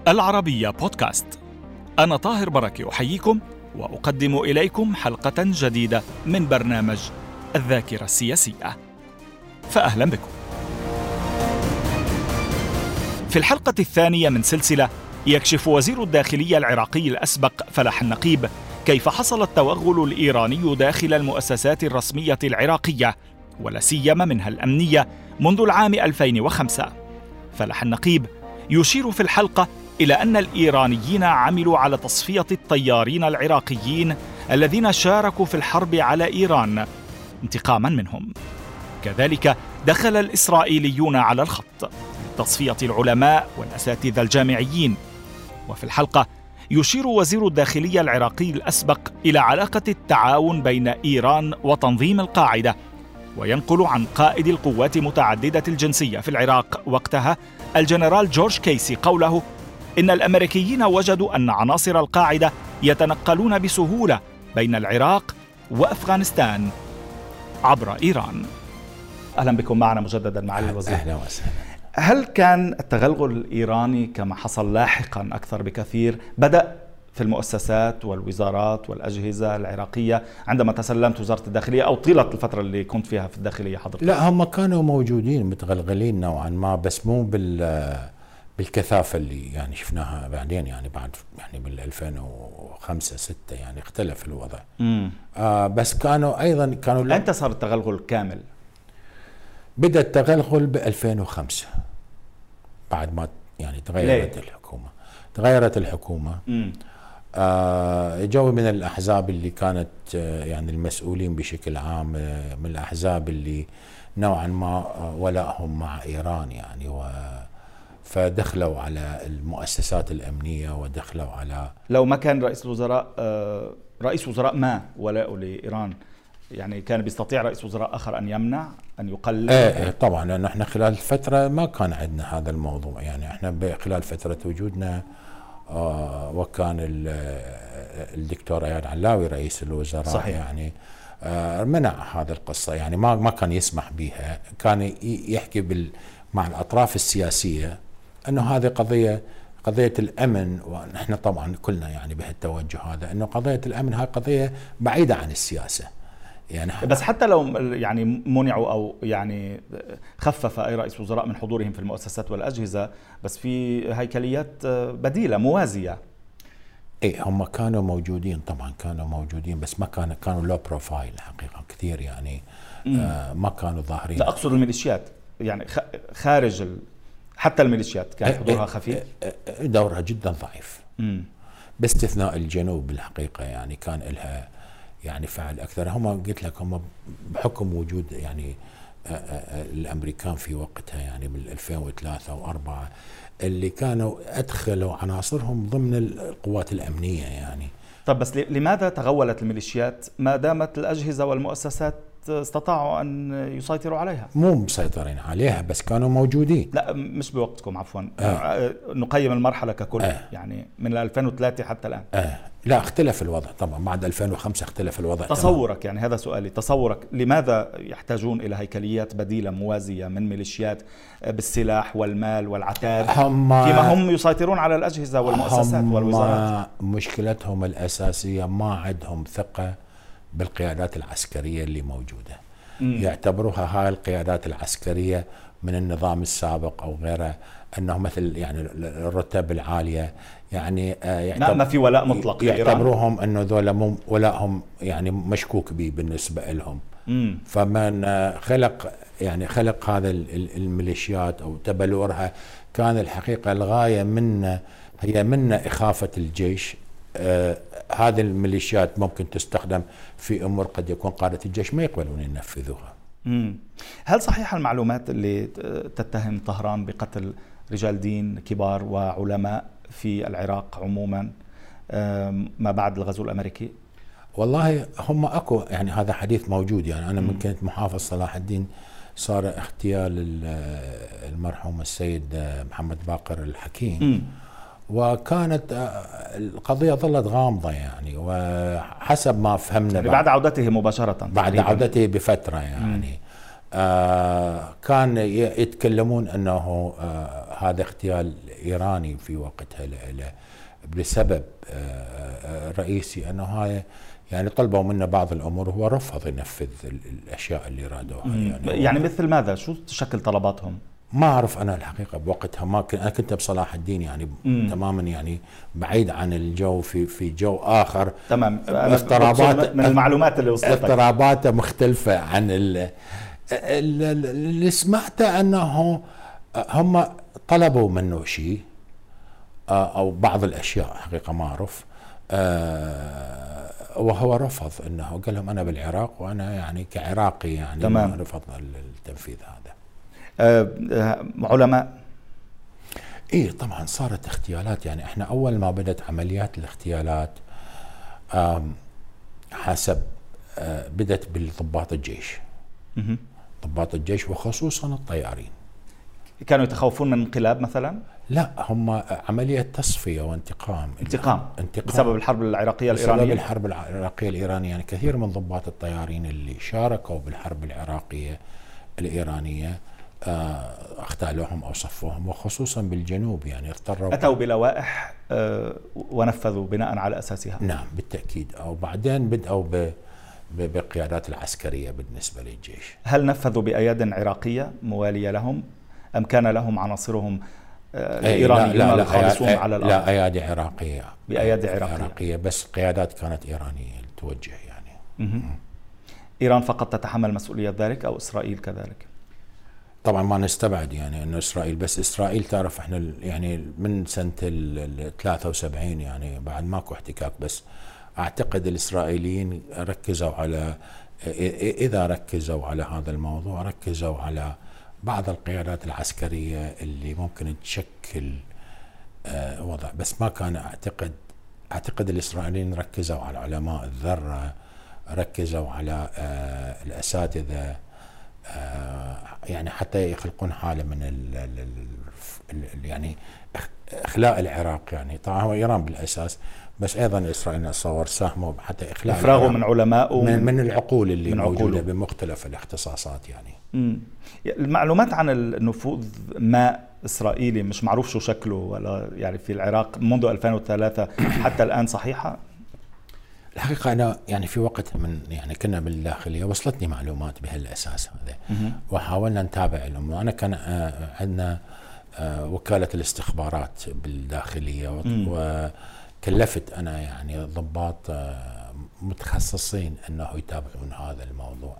العربية بودكاست. أنا طاهر بركة أحييكم وأقدم إليكم حلقة جديدة من برنامج الذاكرة السياسية، فأهلا بكم. في الحلقة الثانية من سلسلة يكشف وزير الداخلية العراقي الأسبق فلاح النقيب كيف حصل التوغل الإيراني داخل المؤسسات الرسمية العراقية ولا سيما منها الأمنية منذ العام 2005. فلاح النقيب يشير في الحلقة إلى أن الإيرانيين عملوا على تصفية الطيارين العراقيين الذين شاركوا في الحرب على إيران انتقاما منهم. كذلك دخل الإسرائيليون على الخط تصفية العلماء والأساتذة الجامعيين. وفي الحلقة يشير وزير الداخلية العراقي الأسبق إلى علاقة التعاون بين إيران وتنظيم القاعدة، وينقل عن قائد القوات متعددة الجنسية في العراق وقتها الجنرال جورج كيسي قوله إن الأمريكيين وجدوا أن عناصر القاعدة يتنقلون بسهولة بين العراق وأفغانستان عبر إيران. أهلا بكم معنا مجددا معالي الوزير. أهلا وسهلا. هل كان التغلغل الإيراني كما حصل لاحقا أكثر بكثير بدأ في المؤسسات والوزارات والأجهزة العراقية عندما تسلمت وزارة الداخلية أو طيلة الفترة اللي كنت فيها في الداخلية حضرتك؟ لا، هم كانوا موجودين متغلغلين نوعا ما، بس مو بالكثافة اللي يعني شفناها بعدين، يعني بعد يعني بال 2005 6 يعني اختلف الوضع. بس كانوا أيضا أنت صار التغلغل كامل؟ بدأ التغلغل ب 2005 بعد ما يعني تغيرت الحكومة. جو من الأحزاب اللي كانت يعني المسؤولين بشكل عام من الأحزاب اللي نوعا ما ولائهم مع إيران يعني، فدخلوا على المؤسسات الأمنية ودخلوا على، لو ما كان رئيس وزراء ما ولاءه لإيران يعني كان بيستطيع رئيس وزراء آخر أن يمنع أن يقلل؟ طبعا، لأن احنا خلال فترة ما كان عندنا هذا الموضوع، يعني احنا خلال فترة وجودنا وكان الدكتور اياد علاوي رئيس الوزراء. صحيح. يعني منع هذه القصة، يعني ما كان يسمح بها، كان يحكي مع الأطراف السياسية أنه هذه قضية الأمن، ونحن طبعا كلنا يعني بهالتوجه هذا، أنه قضية الأمن هاي قضية بعيدة عن السياسة يعني. بس حتى لو يعني منعوا أو يعني خفف أي رئيس وزراء من حضورهم في المؤسسات والأجهزة، بس في هيكليات بديلة موازية. هم كانوا موجودين، طبعا كانوا موجودين، بس ما كانوا لو بروفايل حقيقة كثير يعني. ما كانوا ظاهرين. لا، أقصد الميليشيات يعني خارج حتى الميليشيات كان حضورها خفيف، دورها جدا ضعيف. باستثناء الجنوب بالحقيقة يعني كان لها يعني فعل أكثر. هم قلت لك هم بحكم وجود يعني الأمريكان في وقتها يعني من 2003 و4 اللي كانوا أدخلوا عناصرهم ضمن القوات الأمنية يعني. طب بس لماذا تغولت الميليشيات ما دامت الأجهزة والمؤسسات استطاعوا أن يسيطروا عليها؟ مو مسيطرين عليها، بس كانوا موجودين. لا، مش بوقتكم، عفوا. نقيم المرحلة ككل. يعني من 2003 حتى الآن. لا، اختلف الوضع طبعا، بعد 2005 اختلف الوضع. تصورك يعني، هذا سؤالي، تصورك لماذا يحتاجون إلى هيكليات بديلة موازية من ميليشيات بالسلاح والمال والعتاد فيما هم يسيطرون على الأجهزة والمؤسسات والوزارات؟ مشكلتهم الأساسية ما عندهم ثقة بالقيادات العسكرية اللي موجودة. يعتبروها هاي القيادات العسكرية من النظام السابق أو غيره أنه مثل يعني الرتب العالية يعني. ما في ولاء مطلق. يعتبروهم أنه ذولا ولائهم يعني مشكوك به بالنسبة لهم. فمن خلق هذا الميليشيات أو تبلورها كان الحقيقة الغاية هي من إخافة الجيش. هذه الميليشيات ممكن تستخدم في أمور قد يكون قادة الجيش ما يقبلون ينفذوها. هل صحيح المعلومات اللي تتهم طهران بقتل رجال دين كبار وعلماء في العراق عموما ما بعد الغزو الأمريكي؟ والله هم أكو يعني هذا حديث موجود يعني. أنا من كنت محافظ صلاح الدين صار اغتيال المرحوم السيد محمد باقر الحكيم. وكانت القضية ظلت غامضة يعني، وحسب ما فهمنا يعني بعد عودته مباشرة، بعد عودته بفترة يعني. كان يتكلمون أنه هذا اغتيال إيراني في وقتها بسبب رئيسي أنه هاي يعني طلبوا منه بعض الأمور هو رفض ينفذ الأشياء اللي رادوها. يعني مثل ماذا؟ شو شكل طلباتهم؟ ما أعرف أنا الحقيقة بوقتها، ما أنا كنت بصلاح الدين يعني تماما يعني بعيد عن الجو، في جو آخر. تمام. اضطرابات من المعلومات اللي وصلتك اضطرابات مختلفة عن اللي سمعته أنه هم طلبوا منه شيء أو بعض الأشياء حقيقة ما أعرف، وهو رفض. أنه قال لهم أنا بالعراق وأنا يعني كعراقي يعني تمام. رفض التنفيذ هذا. علماء إيه طبعا صارت اغتيالات. يعني احنا أول ما بدأت عمليات الاغتيالات حسب بدأت بالضباط الجيش. ضباط الجيش وخصوصا الطيارين. كانوا يتخوفون من انقلاب مثلا؟ لا، هم عملية تصفية وانتقام. انتقام بسبب الحرب العراقية الإيرانية. بسبب الحرب العراقية الإيرانية. يعني كثير من ضباط الطيارين اللي شاركوا بالحرب العراقية الإيرانية اغتالوهم أو صفوهم، وخصوصا بالجنوب يعني اضطروا أتوا بلوائح ونفذوا بناء على أساسها. نعم بالتأكيد. أو بعدين بدأوا بقيادات العسكرية بالنسبة للجيش. هل نفذوا بأياد عراقية موالية لهم أم كان لهم عناصرهم الإيرانيين الخالصون على الأرض؟ لا، أيادي عراقية. بأيادي عراقية بس قيادات كانت إيرانية توجه يعني. إيران فقط تتحمل مسؤولية ذلك أو إسرائيل كذلك؟ طبعا ما نستبعد يعني أنه إسرائيل، بس إسرائيل تعرف إحنا يعني من سنة 73 يعني بعد ماكو احتكاك، بس أعتقد الإسرائيليين ركزوا على، إذا ركزوا على هذا الموضوع ركزوا على بعض القيادات العسكرية اللي ممكن تشكل وضع. بس ما كان أعتقد الإسرائيليين ركزوا على علماء الذرة، ركزوا على الأساتذة، يعني حتى يخلقون حالة من يعني إخلاء العراق. يعني طبعا هو إيران بالأساس، بس أيضا إسرائيل أتصور ساهموا حتى إخلاء إفراغه من علماء من العقول اللي موجودة بمختلف الاختصاصات. يعني المعلومات عن النفوذ ما إسرائيلي مش معروف شو شكله ولا يعني في العراق منذ 2003 حتى الآن صحيحة؟ الحقيقة أنا يعني في وقت من يعني كنا بالداخلية وصلتني معلومات بهالأساس هذا، وحاولنا نتابع الأمور. أنا كان عندنا وكالة الاستخبارات بالداخلية، وكلفت أنا يعني ضباط متخصصين أنه يتابعون هذا الموضوع.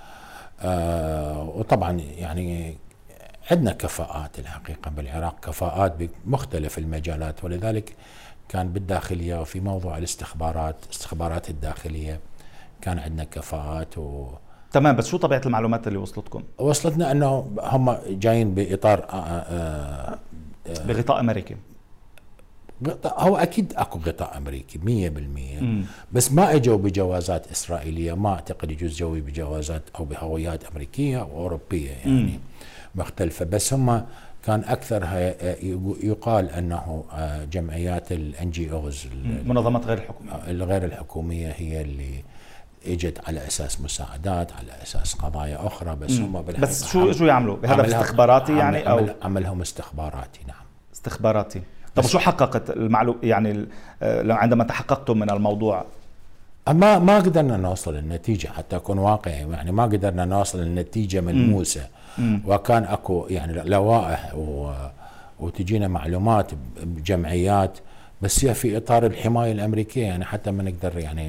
وطبعا يعني عندنا كفاءات الحقيقة بالعراق، كفاءات بمختلف المجالات، ولذلك كان بالداخلية وفي موضوع استخبارات الداخلية كان عندنا كفاءات تمام. بس شو طبيعة المعلومات اللي وصلتكم؟ وصلتنا أنه هم جايين بإطار بغطاء أمريكي. هو أكيد أكو غطاء أمريكي 100%، بس ما اجوا بجوازات إسرائيلية. ما أعتقد يجوز جوي بجوازات أو بهويات أمريكية أو أوروبية يعني مختلفة. بس هم كان أكثر يقال أنه جمعيات الNGOs منظمات غير الحكومية الغير الحكومية هي اللي اجت على أساس مساعدات، على أساس قضايا أخرى. بس هم بس شو يعملوا بهدف استخباراتي يعني أو عملهم استخباراتي؟ نعم استخباراتي. طب شو حققت المعلومة يعني عندما تحققتم من الموضوع؟ ما قدرنا نوصل النتيجة حتى أكون واقعي. يعني ما قدرنا نوصل النتيجة ملموسة. وكان أكو يعني لوائح وتجينا معلومات بجمعيات، بس هي في إطار الحماية الأمريكية يعني حتى ما نقدر يعني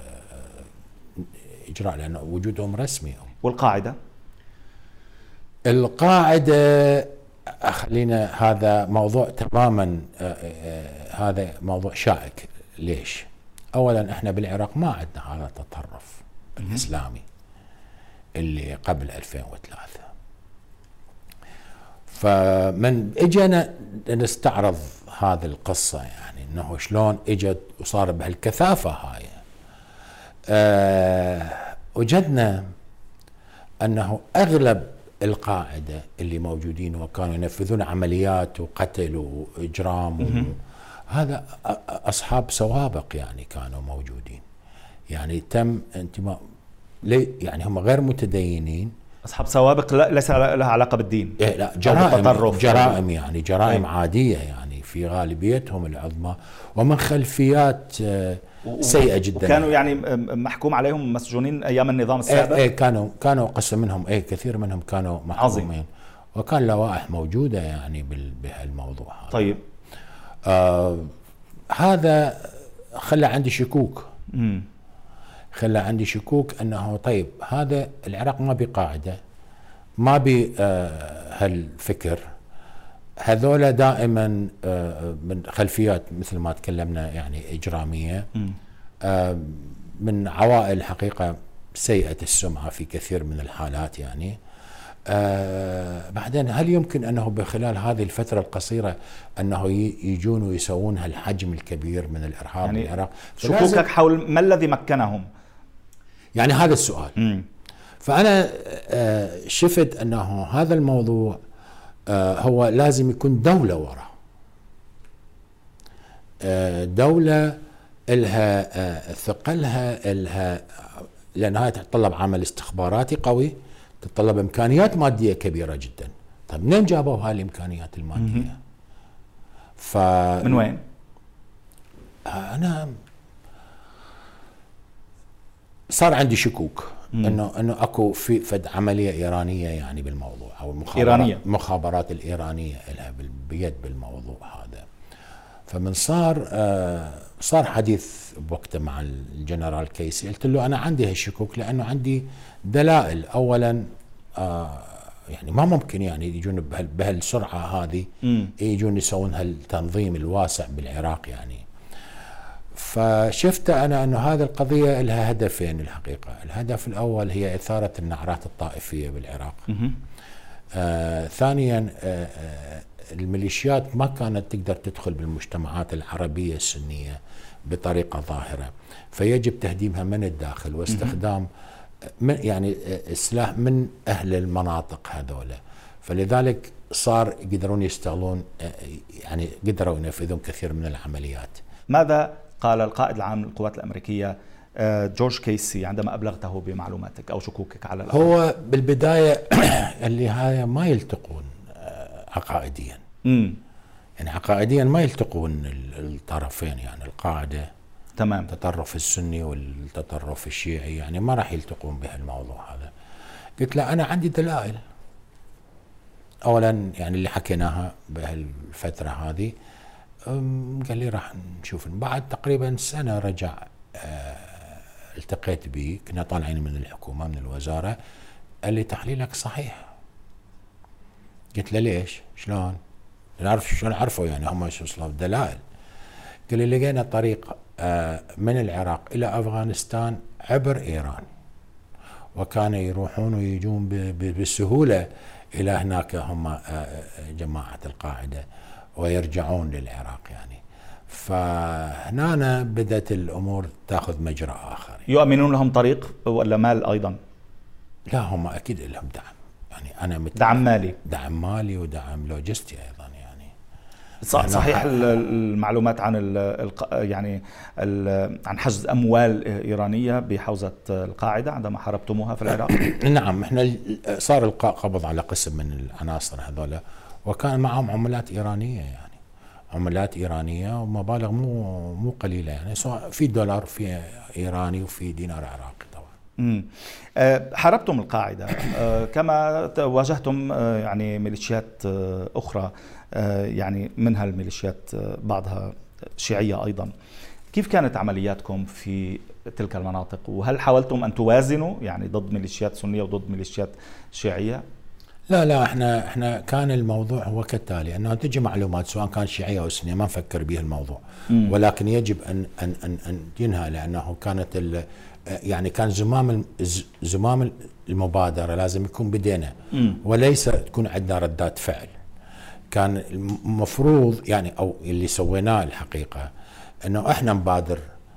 إجراء، لأن وجودهم رسمي. القاعدة خلينا هذا موضوع تماما هذا موضوع شائك. ليش؟ أولا احنا بالعراق ما عندنا هذا التطرف الإسلامي اللي قبل 2003. فمن اجينا نستعرض هذه القصة يعني انه شلون اجت وصار بهالكثافة هاي، وجدنا انه اغلب القاعدة اللي موجودين وكانوا ينفذون عمليات وقتل واجرام هذا اصحاب سوابق يعني كانوا موجودين. يعني تم انتماء يعني هم غير متدينين أصحاب سوابق ليس لها علاقة بالدين. لا، جرائم يعني جرائم عادية يعني في غالبيتهم العظمى، ومن خلفيات سيئة جدا. وكانوا يعني محكوم عليهم مسجونين أيام النظام السابق. كانوا قسم منهم كثير منهم كانوا محكومين، وكان لوائح موجودة يعني بهالموضوع هذا. طيب هذا خلى عندي شكوك أنه طيب هذا العراق ما بقاعدة، ما بهالفكر، هذولا دائما من خلفيات مثل ما تكلمنا يعني إجرامية، من عوائل حقيقة سيئة السمعة في كثير من الحالات يعني. بعدين هل يمكن أنه بخلال هذه الفترة القصيرة أنه يجون ويسوون هالحجم الكبير من الإرهاب يعني بالعراق؟ شكوكك حول ما الذي مكنهم؟ يعني هذا السؤال. فأنا شفت أنه هذا الموضوع هو لازم يكون دولة وراء، دولة إلها ثقلها، إلها، لأن هاي تتطلب عمل استخباراتي قوي، تتطلب إمكانيات مادية كبيرة جدا. طيب منين جابوا هاي الإمكانيات المادية؟ من وين؟ أنا صار عندي شكوك انه اكو في فد عمليه ايرانيه يعني بالموضوع، او المخابرات الايرانيه لها بيد بالموضوع هذا. فمن صار حديث بوقته مع الجنرال كيسي، قلت له انا عندي هالشكوك لانه عندي دلائل. اولا يعني ما ممكن يعني يجون بهالسرعه هذه يجون يسوون هالتنظيم الواسع بالعراق يعني. فشفت أنا أنه هذه القضية لها هدفين الحقيقة. الهدف الأول هي إثارة النعرات الطائفية بالعراق. ثانيا الميليشيات ما كانت تقدر تدخل بالمجتمعات العربية السنية بطريقة ظاهرة، فيجب تهديمها من الداخل واستخدام يعني سلاح من أهل المناطق هذولا. فلذلك صار يقدرون يستغلون، يعني قدروا ينفذون كثير من العمليات. ماذا قال القائد العام للقوات الأمريكية جورج كيسي عندما أبلغته بمعلوماتك أو شكوكك على الأمر؟ هو بالبداية اللي هاي ما يلتقون عقائديا، يعني عقائديا ما يلتقون الطرفين، يعني القاعدة تمام، التطرف السني والتطرف الشيعي يعني ما راح يلتقون بهالموضوع هذا. قلت له أنا عندي دلائل. أولا يعني اللي حكيناها بهالفترة هذه، قال لي راح نشوف. بعد تقريبا سنة رجع التقيت به، كنا طالعين من الحكومة من الوزارة، قال لي تحليلك صحيح. قلت له ليش؟ شلون؟ نعرف شلون عرفوا يعني هم شو صار دلائل. قال لي لقينا طريق من العراق إلى أفغانستان عبر إيران، وكانوا يروحون ويجون بسهولة إلى هناك هم جماعة القاعدة ويرجعون للعراق يعني. فهنا بدأت الأمور تأخذ مجرى آخر. يؤمنون لهم طريق ولا مال أيضا؟ لا، هم أكيد لهم دعم، يعني أنا دعم مالي ودعم لوجستي أيضا يعني. صحيح المعلومات عن عن حجز أموال إيرانية بحوزة القاعدة عندما حاربتموها في العراق؟ نعم، احنا صار القاء قبض على قسم من العناصر هذولا، وكان معهم عملات إيرانية، يعني عملات إيرانية ومبالغ مو قليلة، يعني سواء في دولار في إيراني وفي دينار عراقي طبعا. حاربتم القاعدة كما واجهتم يعني ميليشيات أخرى، يعني منها الميليشيات بعضها شيعية أيضا. كيف كانت عملياتكم في تلك المناطق؟ وهل حاولتم أن توازنوا يعني ضد ميليشيات سنية وضد ميليشيات شيعية؟ لا، احنا كان الموضوع هو كالتالي، انه تجي معلومات سواء كان شيعية او سنية ما نفكر به الموضوع، ولكن يجب ان ينهى، لانه كانت يعني كان زمام المبادرة لازم يكون بدينا، وليس تكون عندنا ردات فعل. كان المفروض يعني او اللي سويناه الحقيقة انه احنا نبادر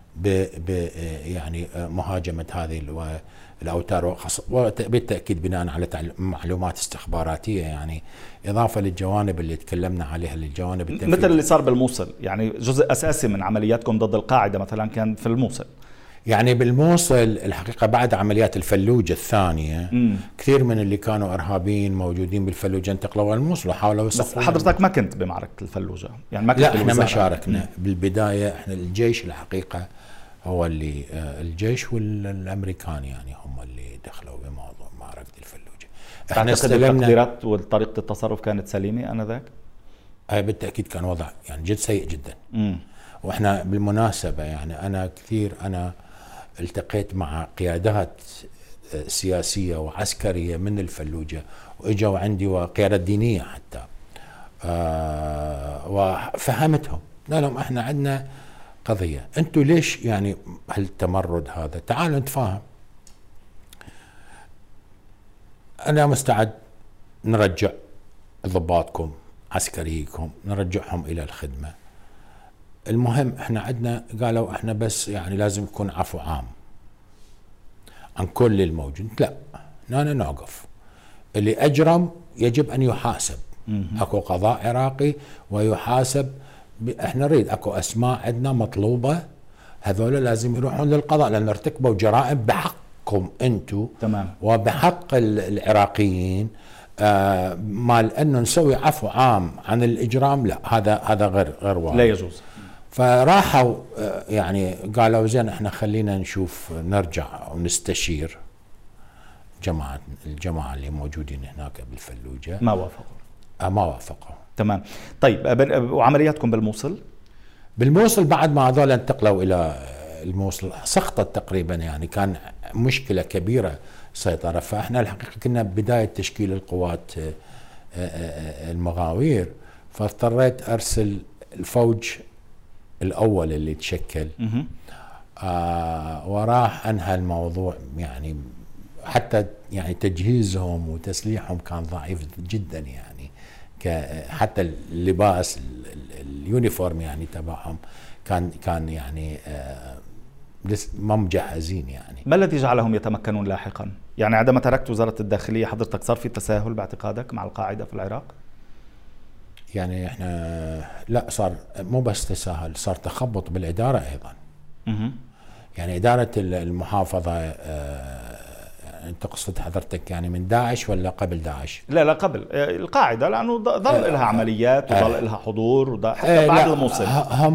يعني مهاجمة هذه الأوتار، وبالتأكيد بناء على معلومات استخباراتية، يعني إضافة للجوانب اللي تكلمنا عليها، للجوانب مثل اللي صار بالموصل، يعني جزء أساسي من عملياتكم ضد القاعدة مثلا كان في الموصل. يعني بالموصل الحقيقة بعد عمليات الفلوجة الثانية كثير من اللي كانوا إرهابيين موجودين بالفلوجة انتقلوا الموصل وحاولوا بس حضرتك ما كنت بمعركة الفلوجة يعني ما كنت لا احنا ما شاركنا بالبداية. احنا الجيش الحقيقة هو اللي الجيش والأمريكان يعني هم اللي دخلوا بموضوع معركة الفلوجة. احنا استلمنا التقديرات وطريقة التصرف كانت سليمة آنذاك؟ بالتأكيد كان وضع يعني جد سيء جدا. واحنا بالمناسبة يعني أنا التقيت مع قيادات سياسية وعسكرية من الفلوجة وإجوا عندي وقيادات دينية حتى وفهمتهم لا لهم احنا عندنا قضية، انتوا ليش يعني هالتمرد هذا؟ تعالوا نتفاهم، انا مستعد نرجع ضباطكم عسكريكم نرجعهم الى الخدمة، المهم احنا عندنا قالوا احنا بس يعني لازم يكون عفو عام عن كل الموجود. لا أنا نوقف، اللي أجرم يجب أن يحاسب، أكو قضاء عراقي ويحاسب. احنا نريد أكو أسماء عندنا مطلوبة، هذول لازم يروحون للقضاء لأن ارتكبوا جرائم بحقكم أنتم تمام وبحق العراقيين. مال أنه نسوي عفو عام عن الإجرام لا، هذا غير واضح، لا يجوز. فراحوا يعني قالوا زين احنا خلينا نشوف نرجع ونستشير الجماعة اللي موجودين هناك بالفلوجة. ما وافقوا. تمام. طيب وعملياتكم بالموصل بعد ما هذول انتقلوا الى الموصل سقطت تقريبا، يعني كان مشكلة كبيرة سيطرة. فاحنا الحقيقة كنا بداية تشكيل القوات المغاوير، فاضطريت ارسل الفوج الأول اللي تشكل وراح أنهى الموضوع، يعني حتى يعني تجهيزهم وتسليحهم كان ضعيف جدا، يعني حتى اللباس اليونيفورم يعني تبعهم كان يعني ما مجهزين. يعني ما الذي جعلهم يتمكنون لاحقا؟ يعني عندما تركت وزارة الداخلية حضرتك صار في تساهل باعتقادك مع القاعدة في العراق؟ يعني احنا لا، صار مو بس تساهل، صار تخبط بالإدارة أيضا. يعني إدارة المحافظة تقصد حضرتك يعني من داعش ولا قبل داعش؟ لا قبل القاعدة، لأنه ظل لها عمليات وظل لها حضور حتى بعد الموصل.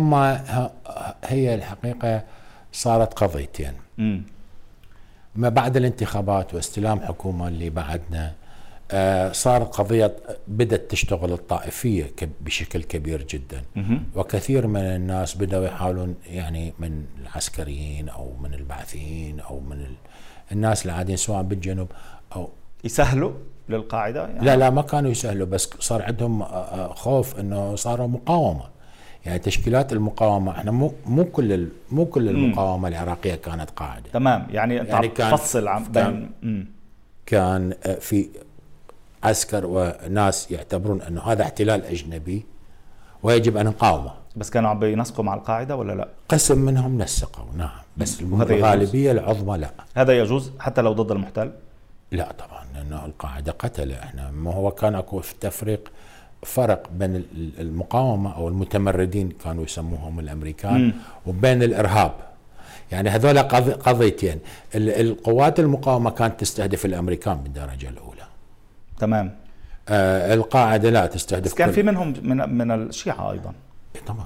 هي الحقيقة صارت قضيتين. ما بعد الانتخابات واستلام حكومة اللي بعدنا صار قضية بدأت تشتغل الطائفية بشكل كبير جدا، وكثير من الناس بدأوا يحاولون يعني من العسكريين أو من البعثيين أو من الناس العاديين سواء بالجنوب أو يسهلوا للقاعدة يعني؟ لا ما كانوا يسهلوا، بس صار عندهم خوف إنه صاروا مقاومة، يعني تشكيلات المقاومة. احنا مو كل المقاومة العراقية كانت قاعدة. تمام، يعني تفصل كان في عسكر وناس يعتبرون أنه هذا احتلال أجنبي ويجب أن نقاومه. بس كانوا عم بينسقوا مع القاعدة ولا لا؟ قسم منهم نسقوا نعم، بس الغالبية العظمى لا. هذا يجوز حتى لو ضد المحتل؟ لا طبعا، لأنه القاعدة قتل. احنا ما هو كان اكو تفريق، فرق بين المقاومة أو المتمردين كانوا يسموهم الأمريكان وبين الإرهاب. يعني هذول قضيتين. القوات المقاومة كانت تستهدف الأمريكان بالدرجة الأولى. تمام. القاعدة لا تستهدف، كان في منهم من الشيعة أيضا. طبعا.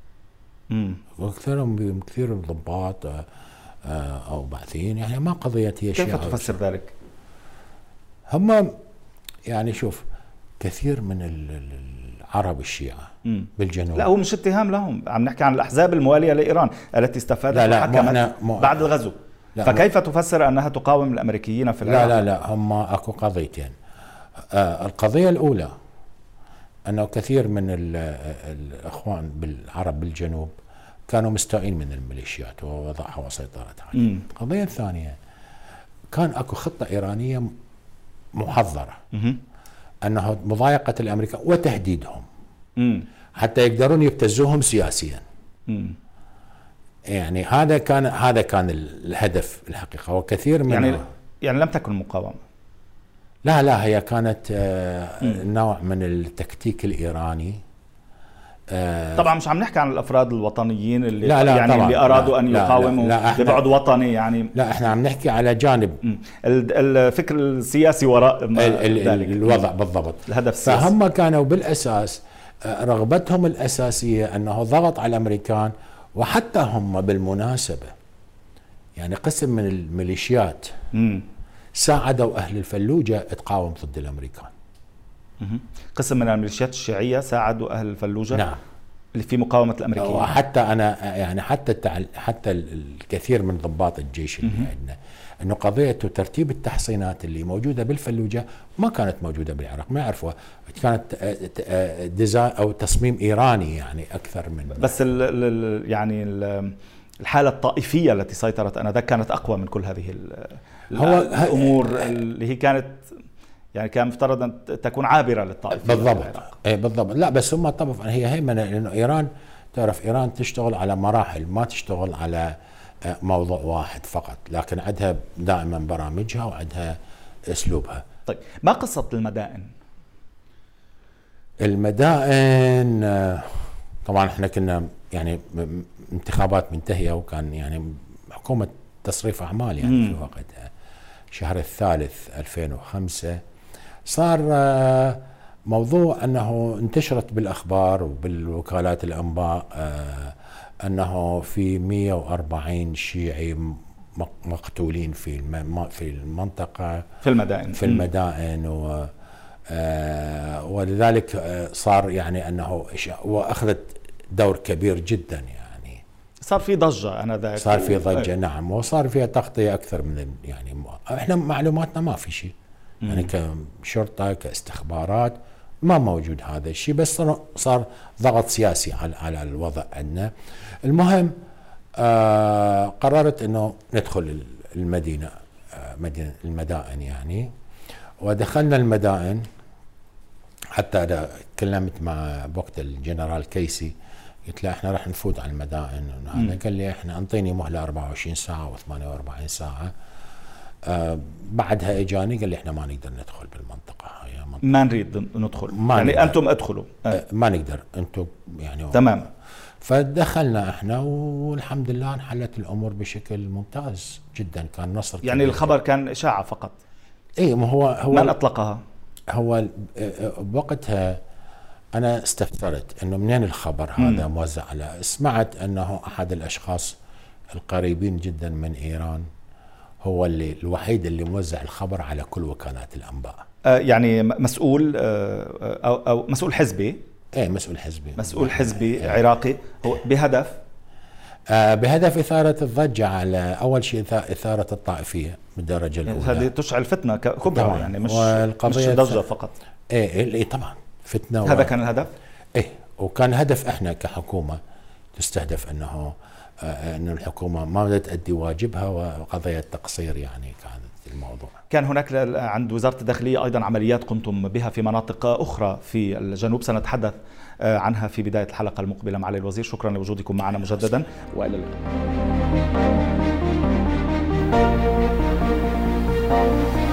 وكثيرهم كثير ضباط أو بعثيين، يعني ما قضية هي الشيعة. كيف تفسر ذلك؟ هم يعني شوف كثير من العرب الشيعة بالجنوب. لا هو مش اتهام لهم، عم نحكي عن الأحزاب الموالية لإيران التي استفادت وحكمت بعد الغزو. فكيف تفسر أنها تقاوم الأمريكيين في العراق؟ لا هم أكو قضيتين. القضية الأولى أنه كثير من الأخوان بالعرب بالجنوب كانوا مستائين من الميليشيات ووضعها وسيطرت عليها. القضية الثانية كان أكو خطة إيرانية محضرة أنه مضايقة الأمريكان وتهديدهم حتى يقدرون يبتزوهم سياسيا. يعني هذا كان الهدف الحقيقة. وكثير من يعني لم تكن مقاومة. لا هي كانت نوع من التكتيك الإيراني طبعا مش عم نحكي عن الافراد الوطنيين اللي لا يعني طبعاً اللي ارادوا ان يقاوموا ببعد وطني يعني. لا احنا عم نحكي على جانب الفكر السياسي وراء الوضع بالضبط، الهدف السياسي. فهم كانوا بالاساس رغبتهم الاساسيه انه ضغط على الامريكان، وحتى هم بالمناسبه يعني قسم من الميليشيات ساعدوا اهل الفلوجه تقاوم ضد الامريكان. قسم من الميليشيات الشيعيه ساعدوا اهل الفلوجه، نعم، اللي في مقاومه الامريكيين. وحتى انا يعني حتى الكثير من ضباط الجيش اللي عندنا انه قضيه وترتيب التحصينات اللي موجوده بالفلوجه ما كانت موجوده بالعراق، ما يعرفوها، كانت ديزاين او تصميم ايراني يعني اكثر من بس يعني الحاله الطائفيه التي سيطرت انذاك كانت اقوى من كل هذه الامور اللي هي كانت يعني كان مفترض ان تكون عابره للطائفيه. بالضبط، اي بالضبط. لا بس هم طبعا هي هيمنه، لانه ايران تعرف ايران تشتغل على مراحل، ما تشتغل على موضوع واحد فقط، لكن عندها دائما برامجها وعندها اسلوبها. طيب ما قصه المدائن؟ المدائن طبعا احنا كنا يعني انتخابات منتهيه، وكان يعني حكومه تصريف اعمال يعني في وقتها شهر الثالث 2005 صار موضوع انه انتشرت بالاخبار وبالوكالات الانباء انه في 140 شيعي مقتولين في المنطقه في المدائن ولذلك صار يعني انه واخذت دور كبير جدا، يعني صار في ضجه انذاك، صار في ضجه نعم، وصار فيها تغطيه اكثر من يعني احنا معلوماتنا ما في شيء يعني كشرطه كاستخبارات ما موجود هذا الشيء، بس صار ضغط سياسي على الوضع عندنا. المهم قررت انه ندخل المدينه مدينه المدائن يعني، ودخلنا المدائن. حتى أنا تكلمت مع بوقت الجنرال كيسي، قلت له احنا راح نفوت على المدائن، قال لي احنا انطيني مهله 24 ساعه و48 ساعه. بعدها اجاني قال لي احنا ما نقدر ندخل بالمنطقه هاي، ما نريد ندخل يعني نقدر. انتم ادخلوا ما نقدر انتم يعني تمام. فدخلنا احنا والحمد لله انحلت الامور بشكل ممتاز جدا، كان نصر يعني كبير. الخبر كان اشاعه فقط؟ اي ما هو من اطلقها؟ هو بوقتها انا استفسرت انه منين الخبر هذا موزع على، سمعت انه احد الاشخاص القريبين جدا من ايران هو الوحيد اللي موزع الخبر على كل وكالات الانباء. يعني مسؤول او مسؤول حزبي؟ ايه مسؤول حزبي عراقي، هو بهدف إثارة الضجة على أول شيء إثارة الطائفية بالدرجة الأولى. هذه تشعل فتنة كبرى يعني مش ضجة فقط. إيه طبعا فتنة. هذا كان الهدف؟ إيه، وكان هدف إحنا كحكومة تستهدف أنه الحكومة ما بدأت تؤدي واجبها، وقضية تقصير يعني كانت الموضوع. كان هناك عند وزارة الداخلية أيضا عمليات قمتم بها في مناطق أخرى في الجنوب، سنتحدث عنها في بداية الحلقة المقبلة معالي الوزير. شكرا لوجودكم معنا مجددا، وإلى اللقاء.